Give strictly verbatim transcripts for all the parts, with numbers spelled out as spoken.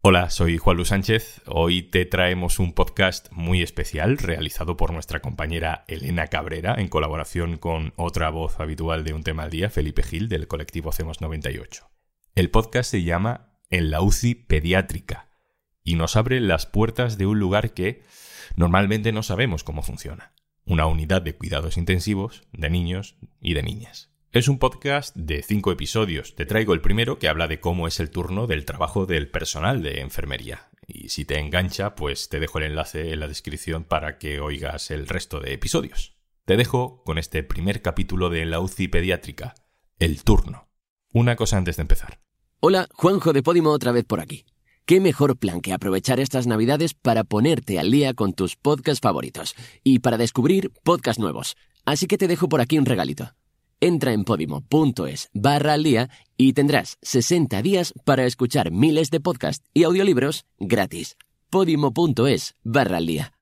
Hola, soy Juan Luis Sánchez. Hoy te traemos un podcast muy especial realizado por nuestra compañera Elena Cabrera en colaboración con otra voz habitual de Un Tema al Día, Felipe Gil, del colectivo Hacemos noventa y ocho. El podcast se llama En la U C I Pediátrica y nos abre las puertas de un lugar que normalmente no sabemos cómo funciona. Una unidad de cuidados intensivos de niños y de niñas. Es un podcast de cinco episodios. Te traigo el primero, que habla de cómo es el turno del trabajo del personal de enfermería. Y si te engancha, pues te dejo el enlace en la descripción para que oigas el resto de episodios. Te dejo con este primer capítulo de la U C I Pediátrica, el turno. Una cosa antes de empezar. Hola, Juanjo de Podimo otra vez por aquí. ¿Qué mejor plan que aprovechar estas navidades para ponerte al día con tus podcasts favoritos y para descubrir podcasts nuevos? Así que te dejo por aquí un regalito. Entra en podimo.es barra al día y tendrás sesenta días para escuchar miles de podcasts y audiolibros gratis. Podimo.es barra al día.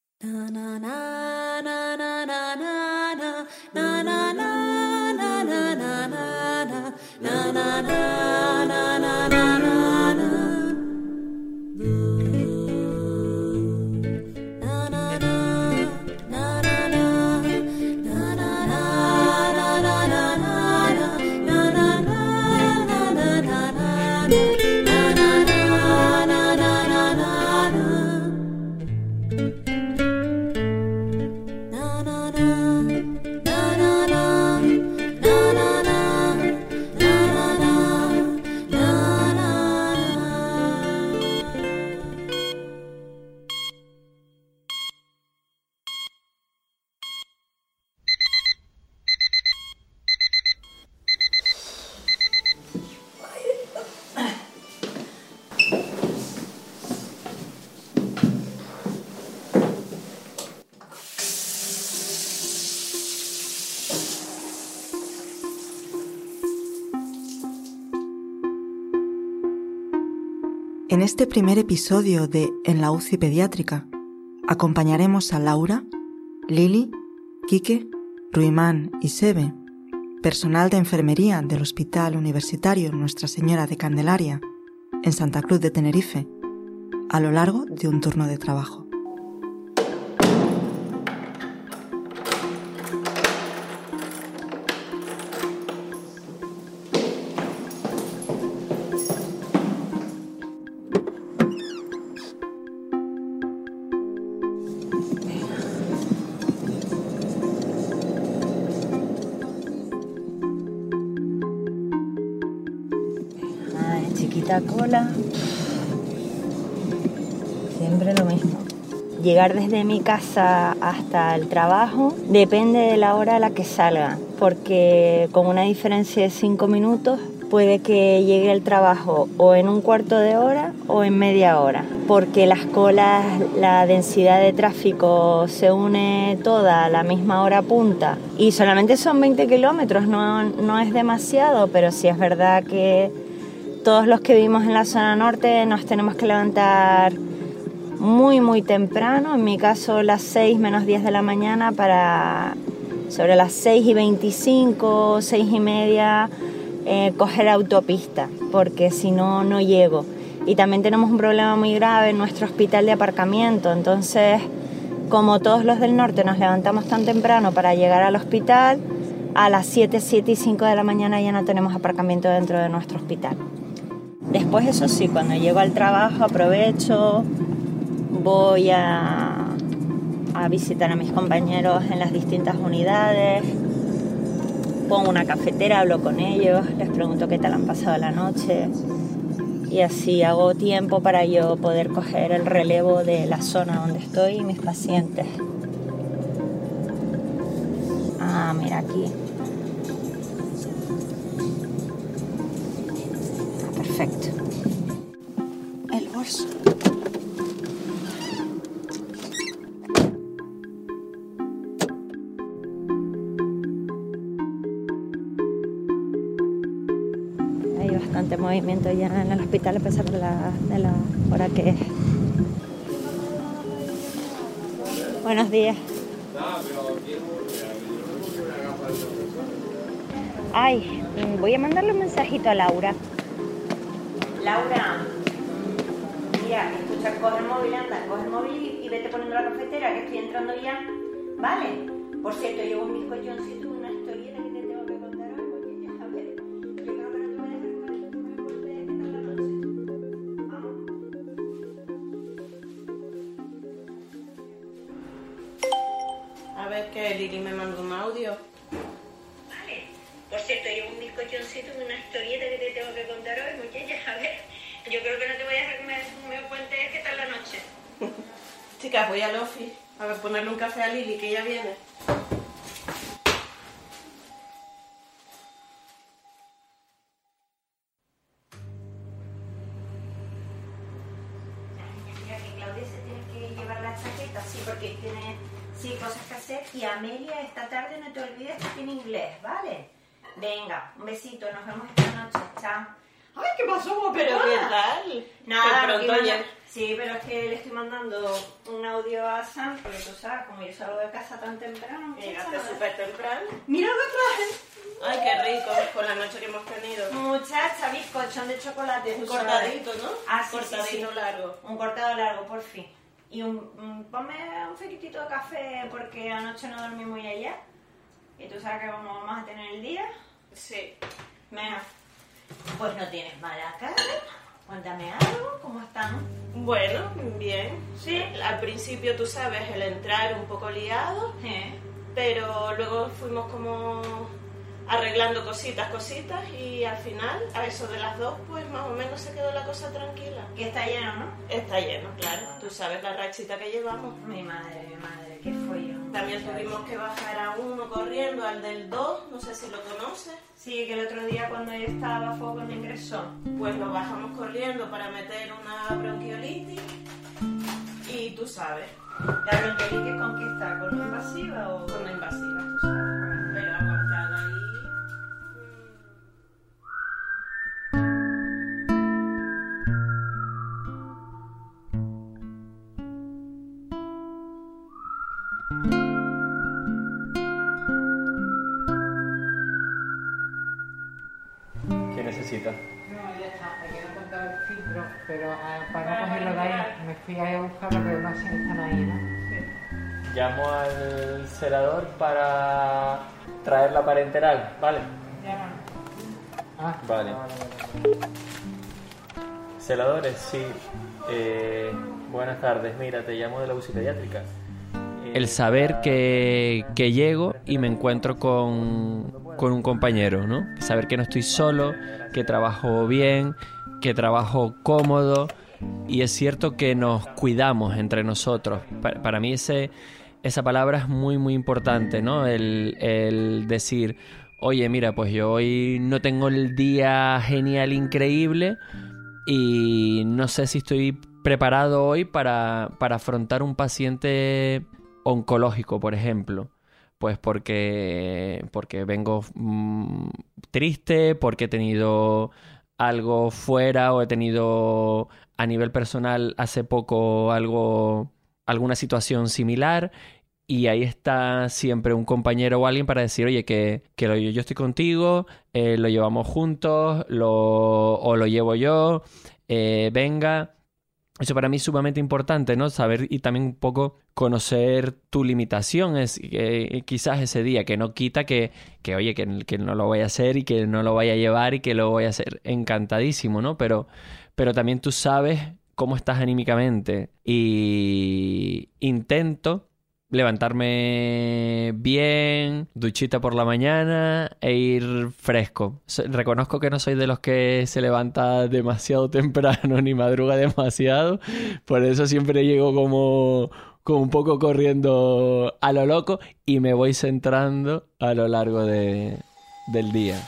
En este primer episodio de En la U C I Pediátrica acompañaremos a Laura, Lili, Quique, Ruimán y Sebe, personal de enfermería del Hospital Universitario Nuestra Señora de Candelaria, en Santa Cruz de Tenerife, a lo largo de un turno de trabajo. Chiquita cola, siempre lo mismo. Llegar desde mi casa hasta el trabajo depende de la hora a la que salga, porque con una diferencia de cinco minutos puede que llegue al trabajo o en un cuarto de hora o en media hora, porque las colas, la densidad de tráfico se une toda a la misma hora punta y solamente son veinte kilómetros, no, no es demasiado, pero sí es verdad que todos los que vivimos en la zona norte nos tenemos que levantar muy muy temprano, en mi caso las seis menos diez de la mañana para sobre las seis y veinticinco, seis y media eh, coger autopista, porque si no, no llego. Y también tenemos un problema muy grave en nuestro hospital de aparcamiento, entonces como todos los del norte nos levantamos tan temprano para llegar al hospital, a las siete, siete y cinco de la mañana ya no tenemos aparcamiento dentro de nuestro hospital. Después, eso sí, cuando llego al trabajo aprovecho, voy a, a visitar a mis compañeros en las distintas unidades, pongo una cafetera, hablo con ellos, les pregunto qué tal han pasado la noche y así hago tiempo para yo poder coger el relevo de la zona donde estoy y mis pacientes. Ah, mira aquí. Perfecto. El bolso. Hay bastante movimiento ya en el hospital a pesar de la, de la hora que es. Buenos días. Ay, voy a mandarle un mensajito a Laura. Laura, ya, escucha, coge el móvil, anda, coge el móvil y, y vete poniendo la cafetera, que estoy entrando ya, ¿vale? Por cierto, llevo un bizcochoncito, una historieta que te tengo que contar algo, que ya, a ver, yo creo que no te voy a dejar que me, que me cuentes qué tal la noche. Vamos. A ver, que Lili me mandó un audio. Vale. Por cierto, llevo un bizcochoncito, una historieta que te tengo que contar hoy, muchachas, a ver. Yo creo que no te voy a dejar que me, me cuentes qué tal la noche. Chicas, voy al office a ver, ponerle un café a Lili, que ya viene. Mira, que Claudia se tiene que llevar la chaqueta, sí, porque tiene sí, cosas que hacer. Y Amelia, esta tarde no te olvides que tiene inglés, ¿vale? Venga, un besito, nos vemos esta noche, chao. Ay, ¿qué pasó? ¿Pero qué tal? Nada, de pronto manda... ya... Sí, pero es que le estoy mandando un audio a Sam, porque tú sabes, como yo salgo de casa tan temprano... Llegaste súper temprano. ¡Mira lo que traje! Ay, qué rico, con la noche que hemos tenido. Muchacha, bizcochón de chocolate. Un cortadito, ¿no? Ah, sí, cortadito sí, sí. largo. Un cortado largo, por fin. Y un, un ponme un feritito de café, porque anoche no dormí muy allá. Y tú sabes que como vamos a tener el día. Sí. Venga. Pues no tienes mala cara. Cuéntame algo, ¿cómo estamos? Bueno, bien. Sí. Al principio, tú sabes, el entrar un poco liado, ¿Eh? pero luego fuimos como arreglando cositas, cositas, y al final, a eso de las dos, pues más o menos se quedó la cosa tranquila. Que está lleno, ¿no? Está lleno, claro. Tú sabes la rachita que llevamos. Mi madre, mi madre, qué follón. También tuvimos que bajar a uno corriendo, al del dos, no sé si lo conoces. Sí, que el otro día cuando yo estaba fue cuando ingresó. Pues lo bajamos corriendo para meter una bronquiolitis y tú sabes. ¿La bronquiolitis con qué está? ¿Con una invasiva o...? Con la invasiva, tú sabes. Pero aguantada ahí. ¿Qué necesita? No, ya está, me quedé contado el filtro, pero uh, para no cogerlo de ahí me fui ahí a buscarlo, pero no sé si están ahí, ¿no? Sí. Llamo al celador para traer la parenteral, ¿vale? Llaman. Ah, Vale. Celadores, sí. Eh, buenas tardes, mira, te llamo de la U C I pediátrica. Eh, El saber que, que llego y me encuentro con, con un compañero, ¿no? Saber que no estoy solo, que trabajo bien, que trabajo cómodo, y es cierto que nos cuidamos entre nosotros. Para, para mí ese, esa palabra es muy, muy importante, ¿no? El, el decir, oye, mira, pues yo hoy no tengo el día genial, increíble, y no sé si estoy preparado hoy para, para afrontar un paciente oncológico, por ejemplo. Pues porque, porque vengo mmm, triste, porque he tenido algo fuera o he tenido a nivel personal hace poco algo, alguna situación similar, y ahí está siempre un compañero o alguien para decir, oye, que, que lo, yo estoy contigo, eh, lo llevamos juntos, lo, o lo llevo yo, eh, venga. Eso para mí es sumamente importante, ¿no? Saber y también un poco conocer tu limitación, es eh, quizás ese día, que no quita que, que oye, que, que no lo voy a hacer y que no lo vaya a llevar y que lo voy a hacer encantadísimo, ¿no? Pero, pero también tú sabes cómo estás anímicamente, y intento levantarme bien, duchita por la mañana e ir fresco. Reconozco que no soy de los que se levanta demasiado temprano ni madruga demasiado, por eso siempre llego como, como un poco corriendo a lo loco y me voy centrando a lo largo de, del día.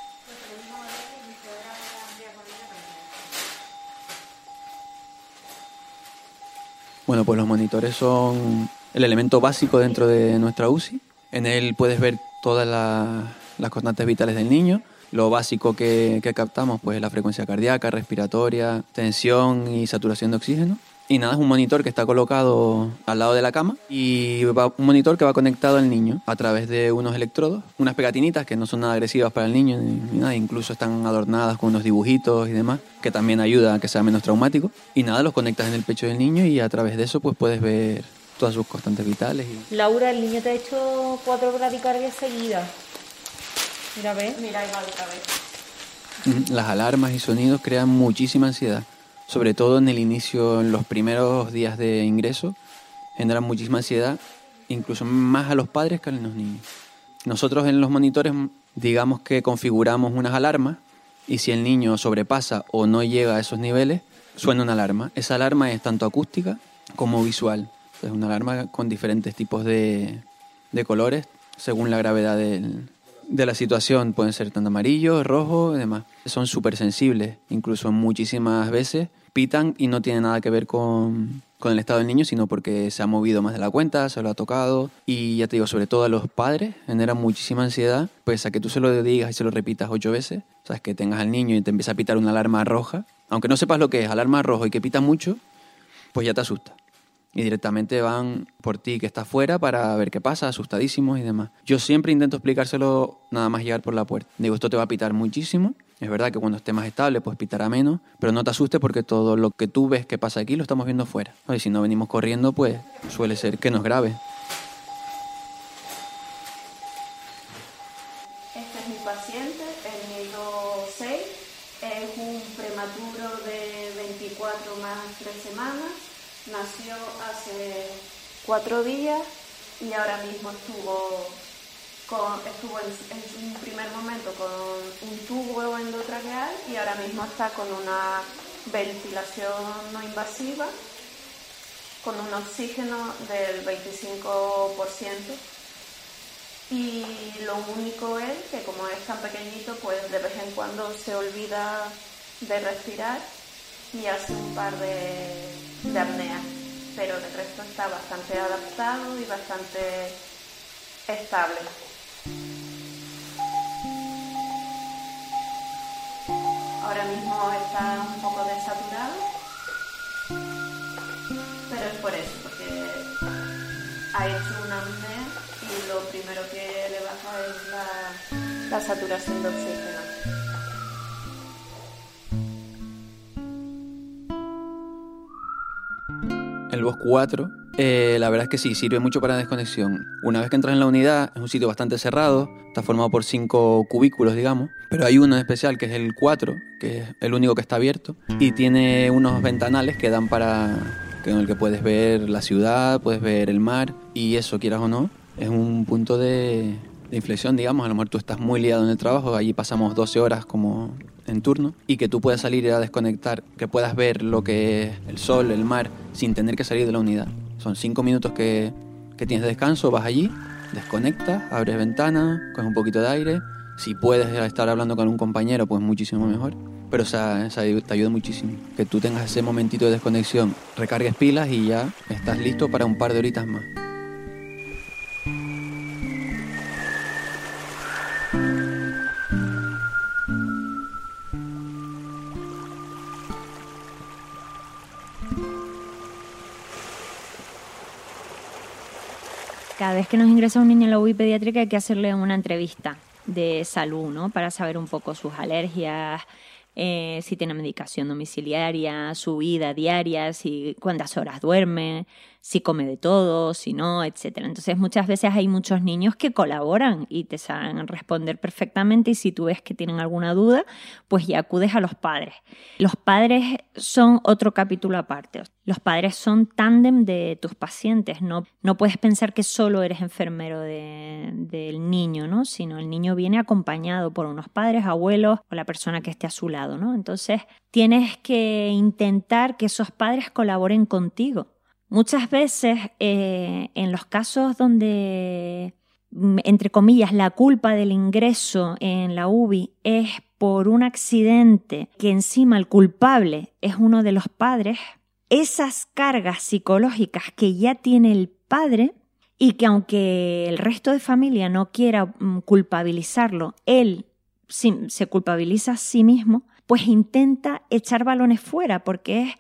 Bueno, pues los monitores son el elemento básico dentro de nuestra U C I. En él puedes ver todas la, las constantes vitales del niño. Lo básico que, que captamos, pues la frecuencia cardíaca, respiratoria, tensión y saturación de oxígeno. Y nada, es un monitor que está colocado al lado de la cama y va, un monitor que va conectado al niño a través de unos electrodos, unas pegatinitas que no son nada agresivas para el niño ni, ni nada, incluso están adornadas con unos dibujitos y demás, que también ayuda a que sea menos traumático. Y nada, los conectas en el pecho del niño y a través de eso pues puedes ver todas sus constantes vitales. Y... Laura, el niño te ha hecho cuatro bradicardias seguidas. Mira, ve. Mira, ahí va otra vez. Las alarmas y sonidos crean muchísima ansiedad. Sobre todo en el inicio, en los primeros días de ingreso, generan muchísima ansiedad, incluso más a los padres que a los niños. Nosotros en los monitores, digamos que configuramos unas alarmas y si el niño sobrepasa o no llega a esos niveles, suena una alarma. Esa alarma es tanto acústica como visual. Es una alarma con diferentes tipos de, de colores según la gravedad del... de la situación. Pueden ser tanto amarillo, rojo y demás. Son súper sensibles, incluso muchísimas veces pitan y no tiene nada que ver con, con el estado del niño, sino porque se ha movido más de la cuenta, se lo ha tocado. Y ya te digo, sobre todo a los padres genera muchísima ansiedad, pues a que tú se lo digas y se lo repitas ocho veces, sabes, que tengas al niño y te empieza a pitar una alarma roja, aunque no sepas lo que es alarma roja y que pita mucho, pues ya te asusta. Y directamente van por ti que estás fuera para ver qué pasa, asustadísimos y demás. Yo siempre intento explicárselo nada más llegar por la puerta. Digo, esto te va a pitar muchísimo. Es verdad que cuando esté más estable pues pitará menos, pero no te asustes porque todo lo que tú ves que pasa aquí lo estamos viendo fuera. Y si no venimos corriendo, pues suele ser que nos grave. Este es mi paciente, el mido seis, es un prematuro de veinticuatro más tres semanas. Nació hace cuatro días y ahora mismo estuvo, con, estuvo en, en un primer momento con un tubo endotraqueal y ahora mismo está con una ventilación no invasiva, con un oxígeno del veinticinco por ciento. Y lo único es que como es tan pequeñito, pues de vez en cuando se olvida de respirar y hace un par de... de apnea, pero el resto está bastante adaptado y bastante estable. Ahora mismo está un poco desaturado, pero es por eso, porque ha hecho una apnea y lo primero que le baja es la, la saturación de oxígeno. El V O S cuatro, eh, la verdad es que sí, sirve mucho para la desconexión. Una vez que entras en la unidad, es un sitio bastante cerrado, está formado por cinco cubículos, digamos, pero hay uno en especial que es el cuatro, que es el único que está abierto, y tiene unos ventanales que dan para... en el que puedes ver la ciudad, puedes ver el mar, y eso, quieras o no, es un punto de, de inflexión, digamos. A lo mejor tú estás muy liado en el trabajo, allí pasamos doce horas como en turno, y que tú puedas salir a desconectar, que puedas ver lo que es el sol, el mar, sin tener que salir de la unidad. Son cinco minutos que, que tienes de descanso, vas allí, desconectas, abres ventana, coges un poquito de aire. Si puedes estar hablando con un compañero, pues muchísimo mejor. Pero o sea, esa te ayuda muchísimo. Que tú tengas ese momentito de desconexión, recargues pilas y ya estás listo para un par de horitas más. Cada vez que nos ingresa un niño en la U B I pediátrica hay que hacerle una entrevista de salud, ¿no? Para saber un poco sus alergias, eh, si tiene medicación domiciliaria, su vida diaria, si cuántas horas duerme, si come de todo, si no, etcétera. Entonces muchas veces hay muchos niños que colaboran y te saben responder perfectamente, y si tú ves que tienen alguna duda, pues ya acudes a los padres. Los padres son otro capítulo aparte. Los padres son tándem de tus pacientes. No, no puedes pensar que solo eres enfermero de, del niño, ¿no? Sino el niño viene acompañado por unos padres, abuelos o la persona que esté a su lado, ¿no? Entonces tienes que intentar que esos padres colaboren contigo. Muchas veces eh, en los casos donde, entre comillas, la culpa del ingreso en la U B I es por un accidente que encima el culpable es uno de los padres, esas cargas psicológicas que ya tiene el padre y que aunque el resto de familia no quiera um, culpabilizarlo, él sí, se culpabiliza a sí mismo, pues intenta echar balones fuera porque es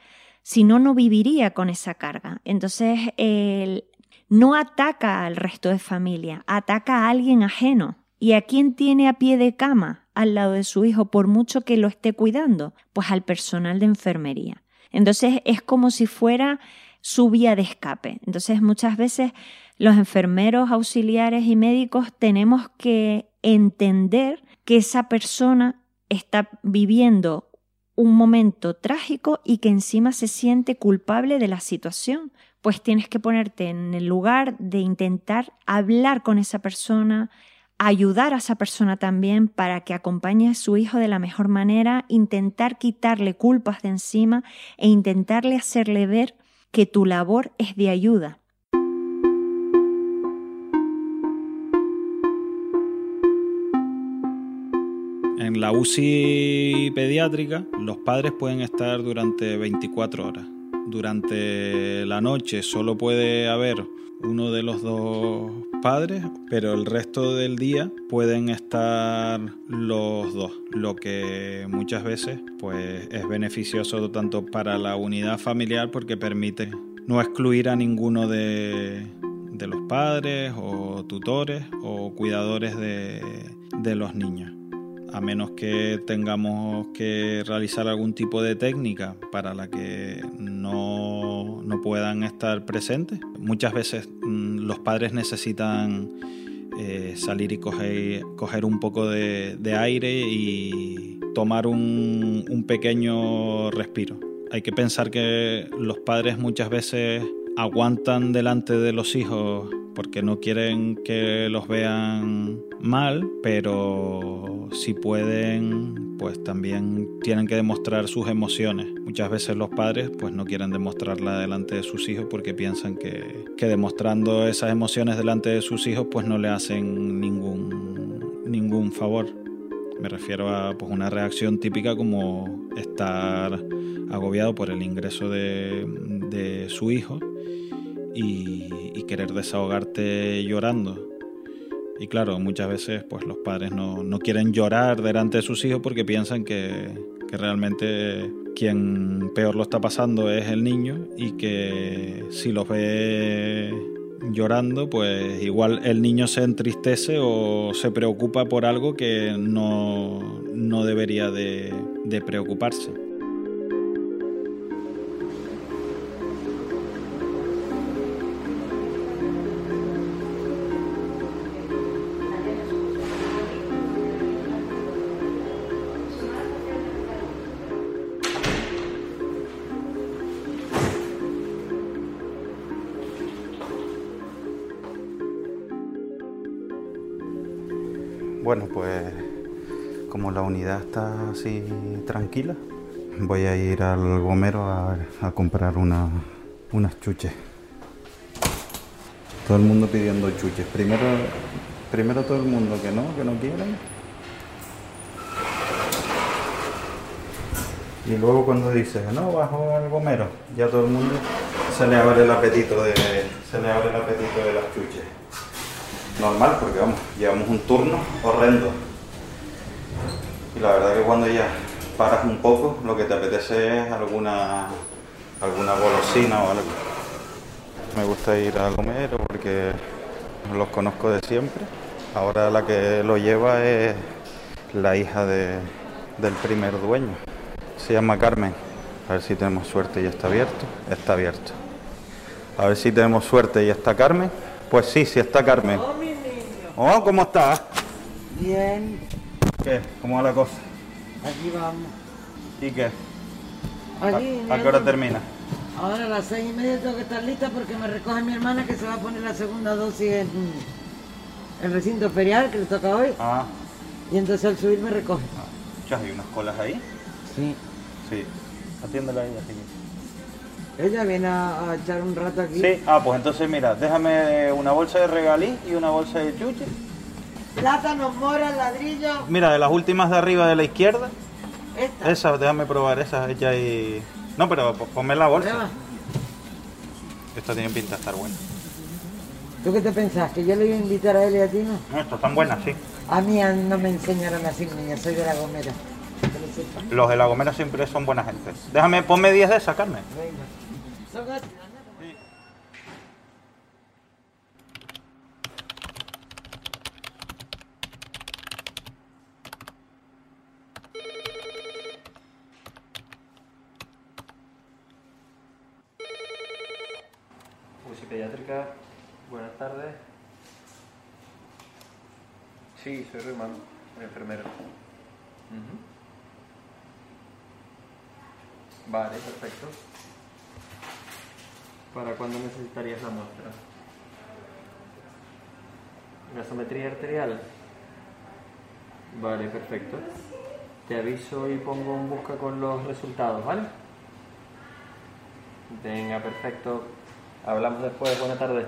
si no, no viviría con esa carga. Entonces, él no ataca al resto de familia, ataca a alguien ajeno. ¿Y a quién tiene a pie de cama al lado de su hijo, por mucho que lo esté cuidando? Pues al personal de enfermería. Entonces, es como si fuera su vía de escape. Entonces, muchas veces los enfermeros, auxiliares y médicos tenemos que entender que esa persona está viviendo un momento trágico y que encima se siente culpable de la situación. Pues tienes que ponerte en el lugar de intentar hablar con esa persona, ayudar a esa persona también para que acompañe a su hijo de la mejor manera, intentar quitarle culpas de encima e intentarle hacerle ver que tu labor es de ayuda. En la U C I pediátrica, los padres pueden estar durante veinticuatro horas. Durante la noche solo puede haber uno de los dos padres, pero el resto del día pueden estar los dos, lo que muchas veces pues, es beneficioso tanto para la unidad familiar porque permite no excluir a ninguno de, de los padres o tutores o cuidadores de, de los niños. A menos que tengamos que realizar algún tipo de técnica para la que no, no puedan estar presentes. Muchas veces mmm, los padres necesitan eh, salir y coger, coger un poco de, de aire y tomar un, un pequeño respiro. Hay que pensar que los padres muchas veces aguantan delante de los hijos porque no quieren que los vean mal, pero si pueden, pues también tienen que demostrar sus emociones. Muchas veces los padres pues no quieren demostrarla delante de sus hijos porque piensan que, que demostrando esas emociones delante de sus hijos pues no le hacen ningún, ningún favor. Me refiero a pues, una reacción típica como estar agobiado por el ingreso de, de su hijo y, y querer desahogarte llorando. Y claro, muchas veces pues, los padres no, no quieren llorar delante de sus hijos porque piensan que, que realmente quien peor lo está pasando es el niño y que si los ve llorando, pues igual el niño se entristece o se preocupa por algo que no, no debería de, de preocuparse. Bueno, pues como la unidad está así tranquila, voy a ir al gomero a, a comprar una, unas chuches. Todo el mundo pidiendo chuches. Primero, primero todo el mundo que no, que no quieren. Y luego cuando dices, no, bajo al gomero, ya todo el mundo se le abre el apetito de, se le abre el apetito de las chuches. Normal, porque vamos, llevamos un turno horrendo. Y la verdad que cuando ya paras un poco, lo que te apetece es alguna, alguna golosina o algo. Me gusta ir al gomero porque los conozco de siempre. Ahora la que lo lleva es la hija de, del primer dueño. Se llama Carmen. A ver si tenemos suerte y está abierto. Está abierto. A ver si tenemos suerte y está Carmen. Pues sí, sí está Carmen. Oh, ¿cómo estás? Bien. ¿Qué? ¿Cómo va la cosa? Aquí vamos. ¿Y qué? Aquí, ¿A, ¿A qué hora termina? Ahora a las seis y media tengo que estar lista porque me recoge mi hermana que se va a poner la segunda dosis en el recinto ferial que le toca hoy. Ah. Y entonces al subir me recoge. Ah. ¿Hay unas colas ahí? Sí. Sí. Atiéndela ahí, así. Ella viene a, a echar un rato aquí. Sí, ah, pues entonces mira, déjame una bolsa de regalí y una bolsa de chuches. Plátanos, moras, ladrillos. Mira, de las últimas de arriba de la izquierda. Esta. Esas, déjame probar esas, ella y... No, pero ponme la bolsa. Prueba. Esta tiene pinta de estar buena. ¿Tú qué te pensás? ¿Que yo le iba a invitar a él y a ti no? No, estas están buenas, sí. A mí no me enseñaron así, niña, soy de La Gomera. Los de La Gomera siempre son buena gente. Déjame, ponme diez de esa, Carmen. Venga. U C I Pediátrica, buenas tardes. Sí, soy Ruimán, el enfermero. Uh-huh. Vale, perfecto. ¿Para cuándo necesitarías la muestra? ¿Gasometría arterial? Vale, perfecto. Te aviso y pongo un busca con los resultados, ¿vale? Venga, perfecto. Hablamos después. Buenas tardes.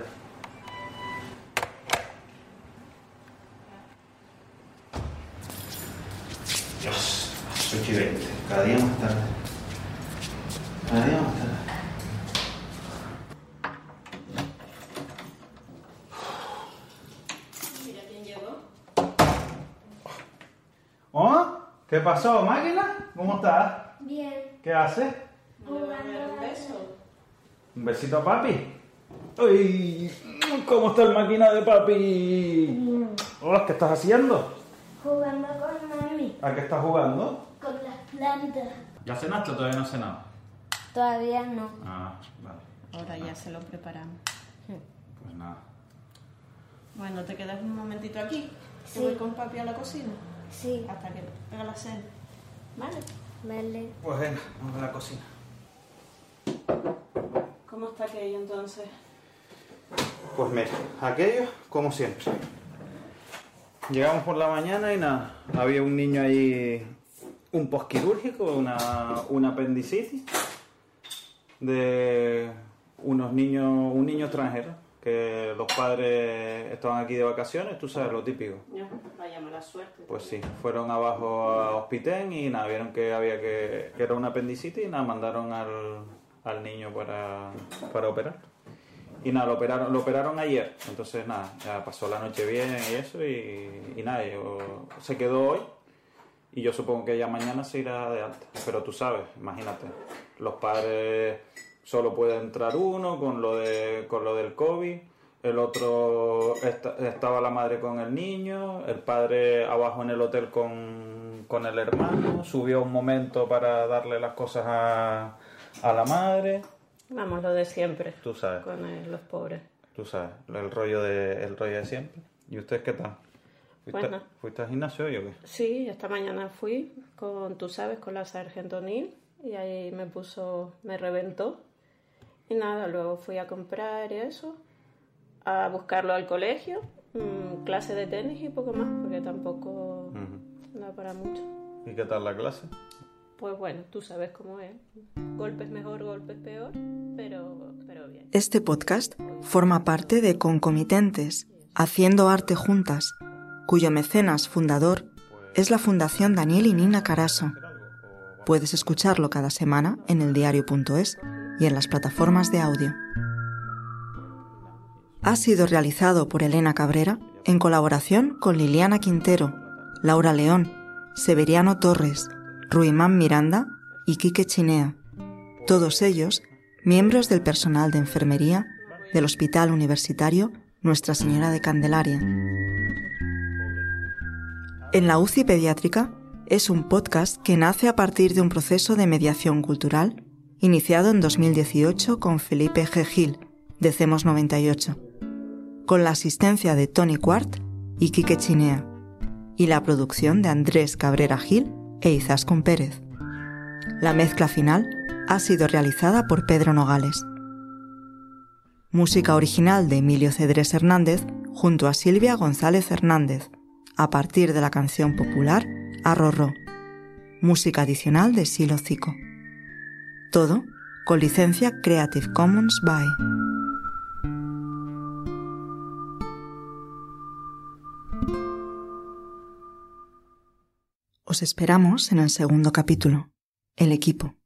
Dios, ocho y veinte. Cada día más tarde. Cada día más tarde. Mira quién llegó. ¿Oh? ¿Qué pasó, máquina? ¿Cómo estás? Bien. ¿Qué haces? ¿Me vas a dar un beso? ¿Un besito a papi? ¡Uy! ¿Cómo está el máquina de papi? Hola, ¿qué estás haciendo? Jugando con mami. ¿A qué estás jugando? Con las plantas. ¿Ya cenaste o todavía no has cenado? Todavía no. Ah, vale. Ahora ya se lo preparamos. Pues nada. Bueno, ¿te quedas un momentito aquí? Sí. ¿Te voy con papi a la cocina? Sí. Hasta que haga la cena. ¿Vale? Vale. Pues venga, vamos a la cocina. ¿Cómo está aquello entonces? Pues mira, aquello como siempre. Llegamos por la mañana y nada, había un niño ahí, un posquirúrgico, una, una apendicitis de unos niños, un niño extranjero, que los padres estaban aquí de vacaciones, tú sabes, lo típico. Ya, vaya mala suerte. Pues sí, fueron abajo a Hospitén y nada, vieron que había que, que era una apendicitis y nada, mandaron al, al niño para, para operar. Y nada, lo operaron, lo operaron ayer, entonces nada, ya pasó la noche bien y eso y, y nada, yo, se quedó hoy y yo supongo que ya mañana se irá de alta. Pero tú sabes, imagínate, los padres solo puede entrar uno con lo de con lo del COVID, el otro esta, estaba la madre con el niño, el padre abajo en el hotel con, con el hermano, subió un momento para darle las cosas a, a la madre. Vamos, lo de siempre. Tú sabes. Con el- los pobres. Tú sabes, el rollo de el rollo de siempre. ¿Y ustedes qué tal? ¿Fuiste, Bueno. ¿fuiste al gimnasio hoy o qué? Sí, esta mañana fui con, tú sabes, con la sargento Nil y ahí me puso, me reventó. Y nada, luego fui a comprar y eso, a buscarlo al colegio, mmm, clase de tenis y poco más, porque tampoco Uh-huh. da para mucho. ¿Y qué tal la clase? Pues bueno, tú sabes cómo es. Golpes mejor, golpes peor, pero, pero bien. Este podcast forma parte de Concomitentes, Haciendo Arte Juntas, cuyo mecenas fundador es la Fundación Daniel y Nina Carasso. Puedes escucharlo cada semana en eldiario punto es y en las plataformas de audio. Ha sido realizado por Elena Cabrera en colaboración con Liliana Quintero, Laura León, Severiano Torres, Ruimán Miranda y Quique Chinea, todos ellos miembros del personal de enfermería del Hospital Universitario Nuestra Señora de Candelaria. En la U C I Pediátrica es un podcast que nace a partir de un proceso de mediación cultural iniciado en dos mil dieciocho con Felipe G. Gil, de CEMOS noventa y ocho, con la asistencia de Tony Quart y Quique Chinea, y la producción de Andrés Cabrera Gil e Izaskun Pérez. La mezcla final ha sido realizada por Pedro Nogales. Música original de Emilio Cedrés Hernández junto a Silvia González Hernández, a partir de la canción popular Arrorró. Música adicional de Silo Zico. Todo con licencia Creative Commons by. Os esperamos en el segundo capítulo, El equipo.